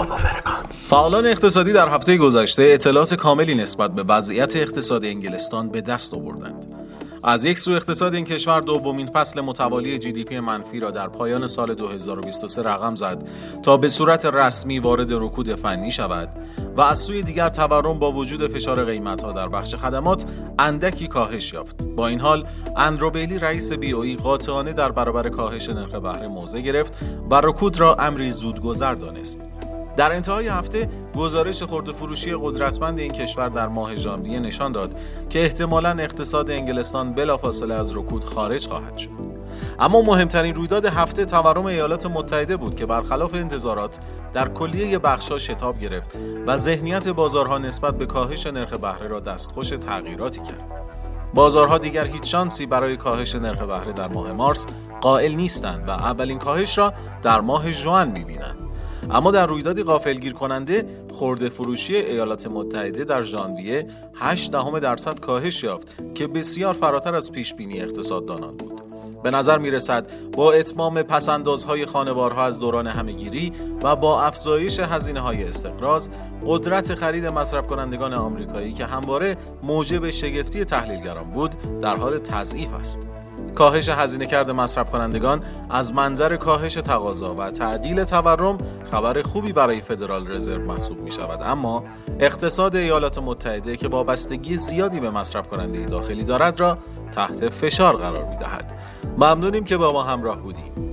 بابا فرکانس. فعالان اقتصادی در هفته گذشته اطلاعات کاملی نسبت به وضعیت اقتصادی انگلستان به دست آوردند. از یک سو اقتصاد این کشور دومین فصل متوالی جی دی پی منفی را در پایان سال 2023 رقم زد تا به صورت رسمی وارد رکود فنی شود و از سوی دیگر تورم با وجود فشار قیمت‌ها در بخش خدمات اندکی کاهش یافت. با این حال اندرو بیلی رئیس بی او ای قاطعانه در برابر کاهش نرخ بهره موضع گرفت و رکود را امری زودگذر دانست. در انتهای هفته گزارش خرده فروشی قدرتمند این کشور در ماه ژانویه نشان داد که احتمالاً اقتصاد انگلستان بلافاصله از رکود خارج خواهد شد. اما مهمترین رویداد هفته تورم ایالات متحده بود که برخلاف انتظارات در کلیه بخش‌ها شتاب گرفت و ذهنیت بازارها نسبت به کاهش نرخ بهره را دستخوش تغییراتی کرد. بازارها دیگر هیچ شانسی برای کاهش نرخ بهره در ماه مارس قائل نیستند و اولین کاهش را در ماه ژوئن می‌بینند. اما در رویدادی غافلگیر کننده، خرده فروشی ایالات متحده در ژانویه 0.8% کاهش یافت که بسیار فراتر از پیش بینی اقتصاددانان بود. به نظر می رسد با اتمام پس‌اندازهای خانوارها از دوران همه‌گیری و با افزایش هزینه‌های استقراض، قدرت خرید مصرف کنندگان آمریکایی که همواره موجب شگفتی تحلیلگران بود، در حال تضعیف است. کاهش هزینه کرده مصرف کنندگان از منظر کاهش تقاضا و تعدیل تورم خبر خوبی برای فدرال رزرو محسوب می شود، اما اقتصاد ایالات متحده که وابستگی زیادی به مصرف کننده داخلی دارد را تحت فشار قرار می دهد. ممنونیم که با ما همراه بودید.